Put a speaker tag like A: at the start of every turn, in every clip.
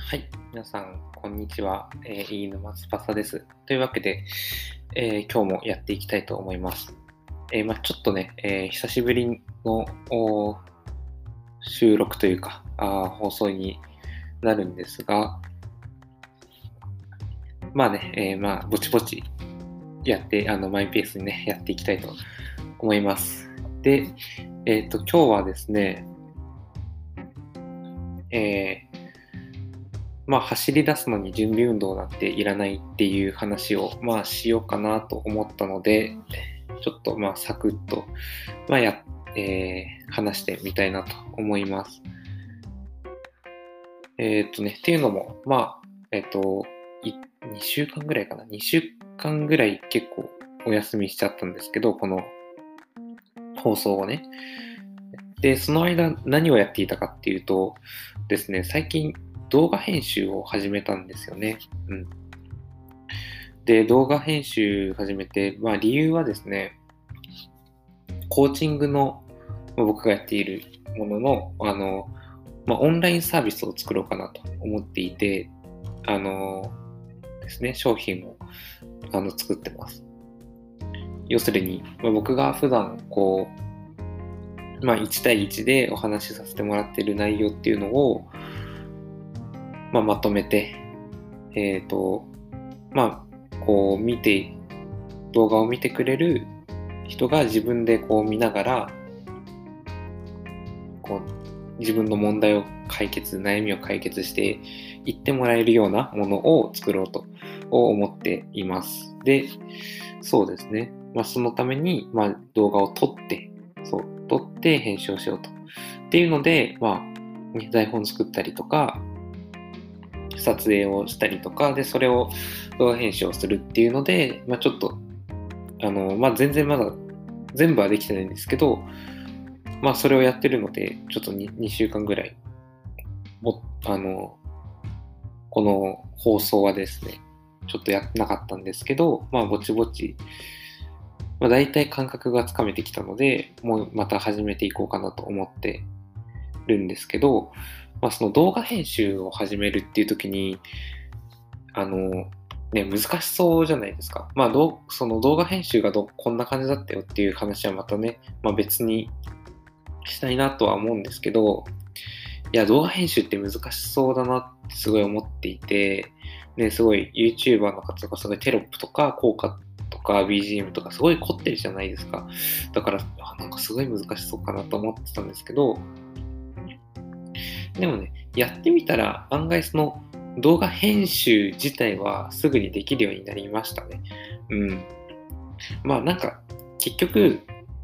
A: はい、皆さん、こんにちは。飯沼翼です。というわけで、今日もやっていきたいと思います。ちょっとね、久しぶりの収録というか、放送になるんですが、ぼちぼちやって、マイペースにね、やっていきたいと思います。で、今日はですね、走り出すのに準備運動なんていらないっていう話を、しようかなと思ったので、ちょっと、サクッと、話してみたいなと思います。っていうのも、2週間ぐらいかな。2週間ぐらい結構お休みしちゃったんですけど、この放送をね。で、その間何をやっていたかっていうとですね、最近動画編集を始めたんですよね。で、動画編集始めて、理由はですね、コーチングの僕がやっているものの、オンラインサービスを作ろうかなと思っていて、ですね、商品を作ってます。要するに、僕が普段1対1でお話しさせてもらっている内容っていうのを、まとめて、動画を見てくれる人が自分で見ながら、自分の問題を悩みを解決していってもらえるようなものを作ろうと思っています。で、そうですね。そのために、動画を撮って編集をしようと。っていうので、台本作ったりとか、撮影をしたりとか、で、それを動画編集をするっていうので、ちょっと、全然まだ全部はできてないんですけど、それをやってるので、ちょっと 2週間ぐらい、この放送はですね、ちょっとやってなかったんですけど、ぼちぼち、大体感覚がつかめてきたので、もうまた始めていこうかなと思ってるんですけど、その動画編集を始めるっていう時に、難しそうじゃないですか。その動画編集がこんな感じだったよっていう話はまたね、別にしたいなとは思うんですけど、いや、動画編集って難しそうだなってすごい思っていて、ね、すごい YouTuber の方とかすごいテロップとか効果とか BGM とかすごい凝ってるじゃないですか。だから、なんかすごい難しそうかなと思ってたんですけど、でもね、やってみたら案外その動画編集自体はすぐにできるようになりましたね。なんか結局、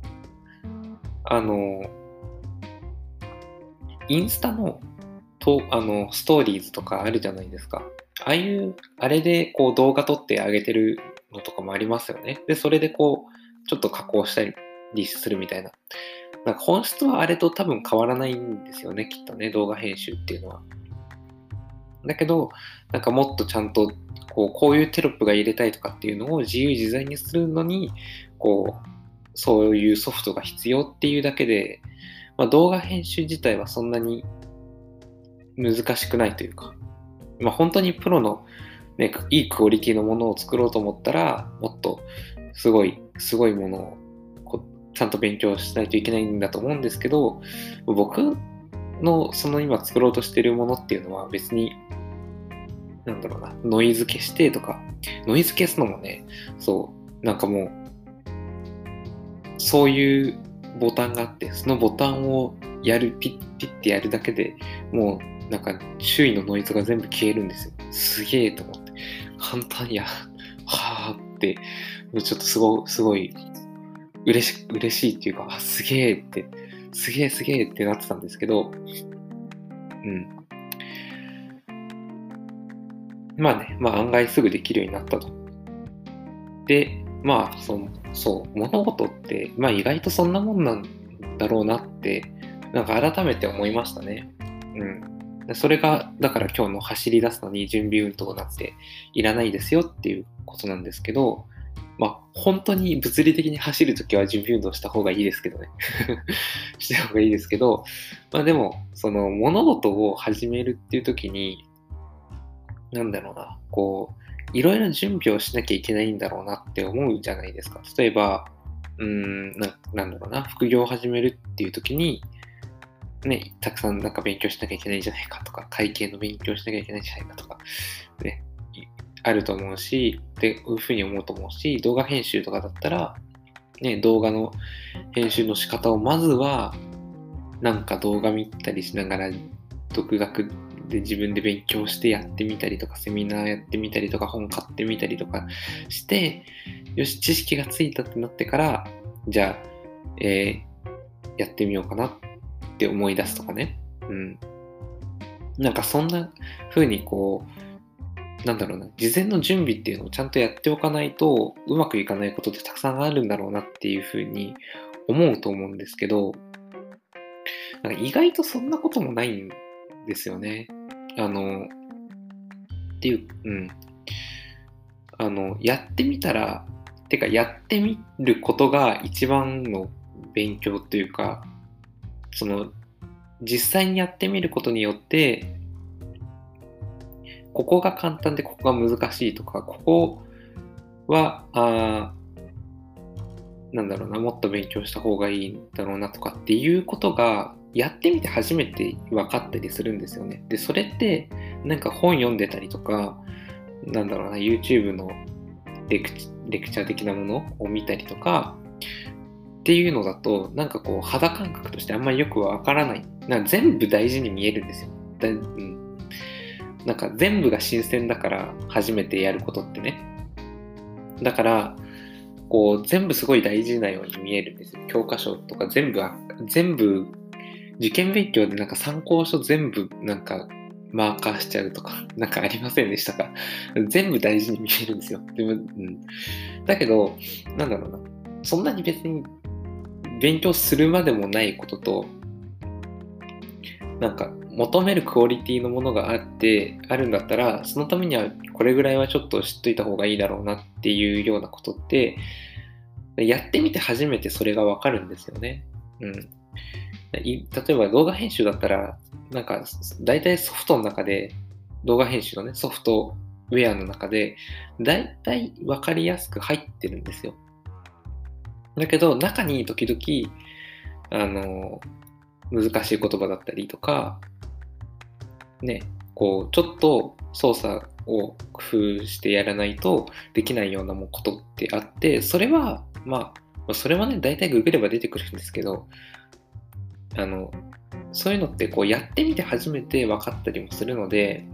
A: インスタのストーリーズとかあるじゃないですか。あれで動画撮ってあげてるのとかもありますよね。で、それでちょっと加工したりするみたいな。なんか本質はあれと多分変わらないんですよね、きっとね、動画編集っていうのは。だけど、なんかもっとちゃんと、こういうテロップが入れたいとかっていうのを自由自在にするのに、そういうソフトが必要っていうだけで、動画編集自体はそんなに難しくないというか、本当にプロの、ね、いいクオリティのものを作ろうと思ったら、もっとすごいものをちゃんと勉強しないといけないんだと思うんですけど、僕のその今作ろうとしているものっていうのは別に、ノイズ消してとか、ノイズ消すのもね、なんかもう、そういうボタンがあって、そのボタンをピッピッてやるだけでもう、なんか周囲のノイズが全部消えるんですよ。すげえと思って。簡単や。はーって、ちょっとすごい嬉しいっていうか、すげえってなってたんですけど、案外すぐできるようになったと。で、物事って、意外とそんなもんなんだろうなって、なんか改めて思いましたね。それが、だから今日の走り出すのに準備運動なんていらないですよっていうことなんですけど、本当に物理的に走るときは準備運動した方がいいですけどね。した方がいいですけど、でも、その物事を始めるっていうときに、 なんだろうな、こう、いろいろ準備をしなきゃいけないんだろうなって思うじゃないですか。例えば、なんだろうな、副業を始めるっていう時に、ね、たくさんなんか勉強しなきゃいけないんじゃないかとか、会計の勉強しなきゃいけないんじゃないかとか、ね、あると思うし、っていうふうに思うと思うし、動画編集とかだったら、ね、動画の編集の仕方をまずは、なんか動画見たりしながら、独学で自分で勉強してやってみたりとか、セミナーやってみたりとか、本買ってみたりとかして、よし、知識がついたってなってから、じゃあ、やってみようかなって思い出すとかね。なんかそんな風にこう、なんだろうな、事前の準備っていうのをちゃんとやっておかないと、うまくいかないことってたくさんあるんだろうなっていう風に思うと思うんですけど、なんか意外とそんなこともないんですよね。っていう、やってみたら、てかやってみることが一番の勉強というか、その、実際にやってみることによって、ここが簡単でここが難しいとか、ここは、なんだろうな、もっと勉強した方がいいんだろうなとかっていうことが、やってみて初めて分かったりするんですよね。で、それって、なんか本読んでたりとか、なんだろうな、YouTube のレクチャー的なものを見たりとか、っていうのだと、なんかこう、肌感覚としてあんまりよくわからない。なんか全部大事に見えるんですよ。なんか全部が新鮮だから初めてやることってね。だから、こう全部すごい大事なように見えるんですよ。教科書とか全部、受験勉強でなんか参考書全部なんかマーカーしちゃうとか、なんかありませんでしたか？全部大事に見えるんですよ。でも、だけど、なんだろうな。そんなに別に勉強するまでもないことと、なんか求めるクオリティのものがあるんだったら、そのためにはこれぐらいはちょっと知っといた方がいいだろうなっていうようなことって、やってみて初めてそれがわかるんですよね。例えば動画編集だったら、なんか大体ソフトの中で、動画編集のね、ソフトウェアの中で、大体わかりやすく入ってるんですよ。だけど、中に時々、あの、難しい言葉だったりとか、ね、こう、ちょっと操作を工夫してやらないとできないようなことってあって、それは、それはね、大体ググれば出てくるんですけど、そういうのってこうやってみて初めて分かったりもするので、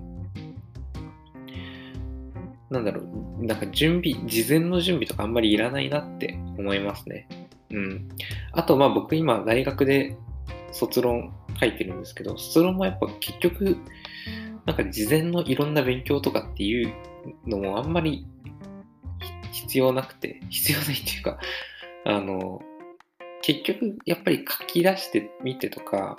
A: なんだろう、なんか事前の準備とかあんまりいらないなって思いますね。あと、僕今大学で卒論書いてるんですけど、卒論もやっぱ結局、なんか事前のいろんな勉強とかっていうのもあんまり必要ないっていうか、結局やっぱり書き出してみてとか、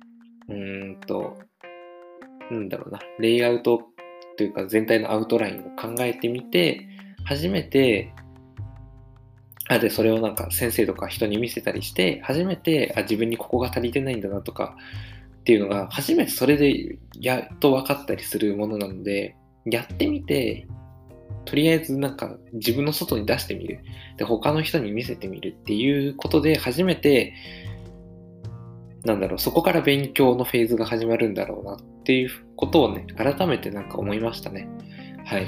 A: なんだろうな、レイアウトというか全体のアウトラインを考えてみて、初めて、で、それをなんか先生とか人に見せたりして、初めて、自分にここが足りてないんだなとかっていうのが、初めてそれでやっと分かったりするものなので、やってみて、とりあえずなんか自分の外に出してみる。で、他の人に見せてみるっていうことで初めて、なんだろう、そこから勉強のフェーズが始まるんだろうなっていうことをね、改めてなんか思いましたね。はい。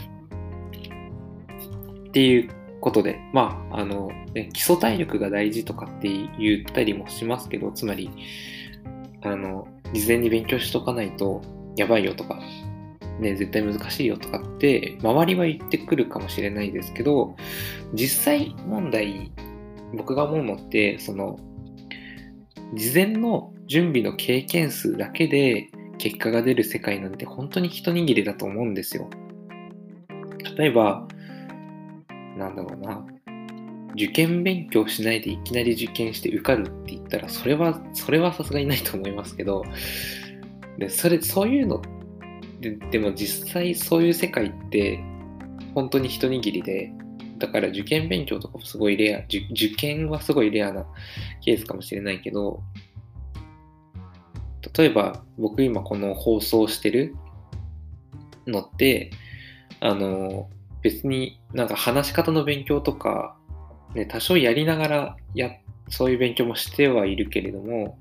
A: っていうことで、基礎体力が大事とかって言ったりもしますけど、つまり、事前に勉強しとかないとやばいよとか、ね、絶対難しいよとかって、周りは言ってくるかもしれないですけど、実際問題、僕が思うのって、事前の準備の経験数だけで結果が出る世界なんて本当に一握りだと思うんですよ。例えば、なんだろうな、受験勉強しないでいきなり受験して受かるって言ったら、それはさすがにないと思いますけど、そういうのでも実際そういう世界って本当に一握りで、だから受験勉強とかもすごい受験はすごいレアなケースかもしれないけど、例えば僕今この放送してるのって、別になんか話し方の勉強とか、ね、多少やりながらそういう勉強もしてはいるけれども、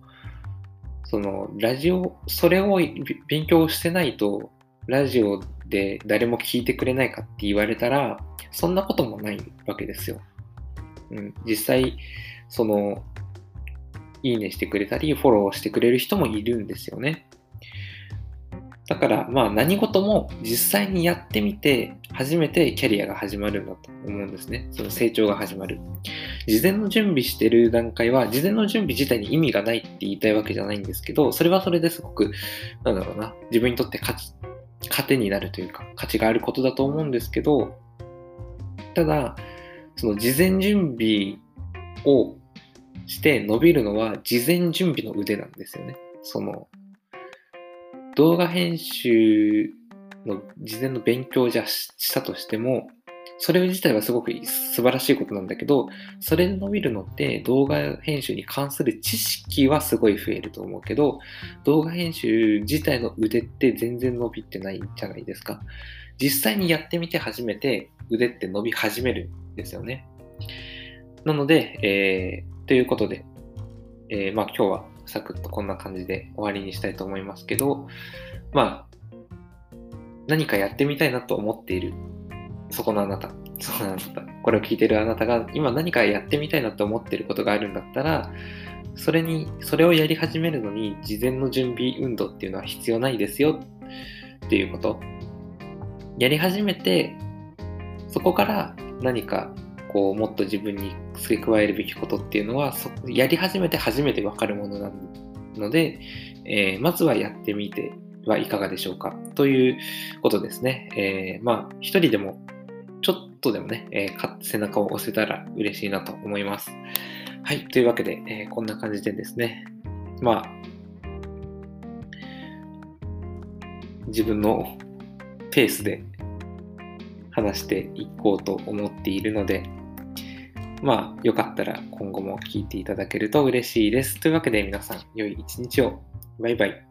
A: それを勉強してないと、ラジオで誰も聞いてくれないかって言われたら、そんなこともないわけですよ。実際、いいねしてくれたり、フォローしてくれる人もいるんですよね。だから、何事も実際にやってみて、初めてキャリアが始まるんだと思うんですね。その成長が始まる。事前の準備してる段階は、事前の準備自体に意味がないって言いたいわけじゃないんですけど、それはそれですごく、自分にとって糧になるというか、価値があることだと思うんですけど、ただ、その事前準備をして伸びるのは、事前準備の腕なんですよね。動画編集の事前の勉強をしたとしても、それ自体はすごく素晴らしいことなんだけど、それで伸びるのって動画編集に関する知識はすごい増えると思うけど、動画編集自体の腕って全然伸びてないじゃないですか。実際にやってみて初めて腕って伸び始めるんですよね。なので、ということで、今日はサクッとこんな感じで終わりにしたいと思いますけど、何かやってみたいなと思っている、そこのあなた、これを聞いているあなたが今何かやってみたいなと思っていることがあるんだったら、それをやり始めるのに事前の準備運動っていうのは必要ないですよっていうこと。やり始めて、そこから何かもっと自分に付け加えるべきことっていうのは、やり始めて初めて分かるものなので、まずはやってみてはいかがでしょうかということですね。一人でもちょっとでもね、背中を押せたら嬉しいなと思います。はい、というわけで、こんな感じでですね、自分のペースで話していこうと思っているので、よかったら今後も聞いていただけると嬉しいです。というわけで皆さん、良い一日を。バイバイ。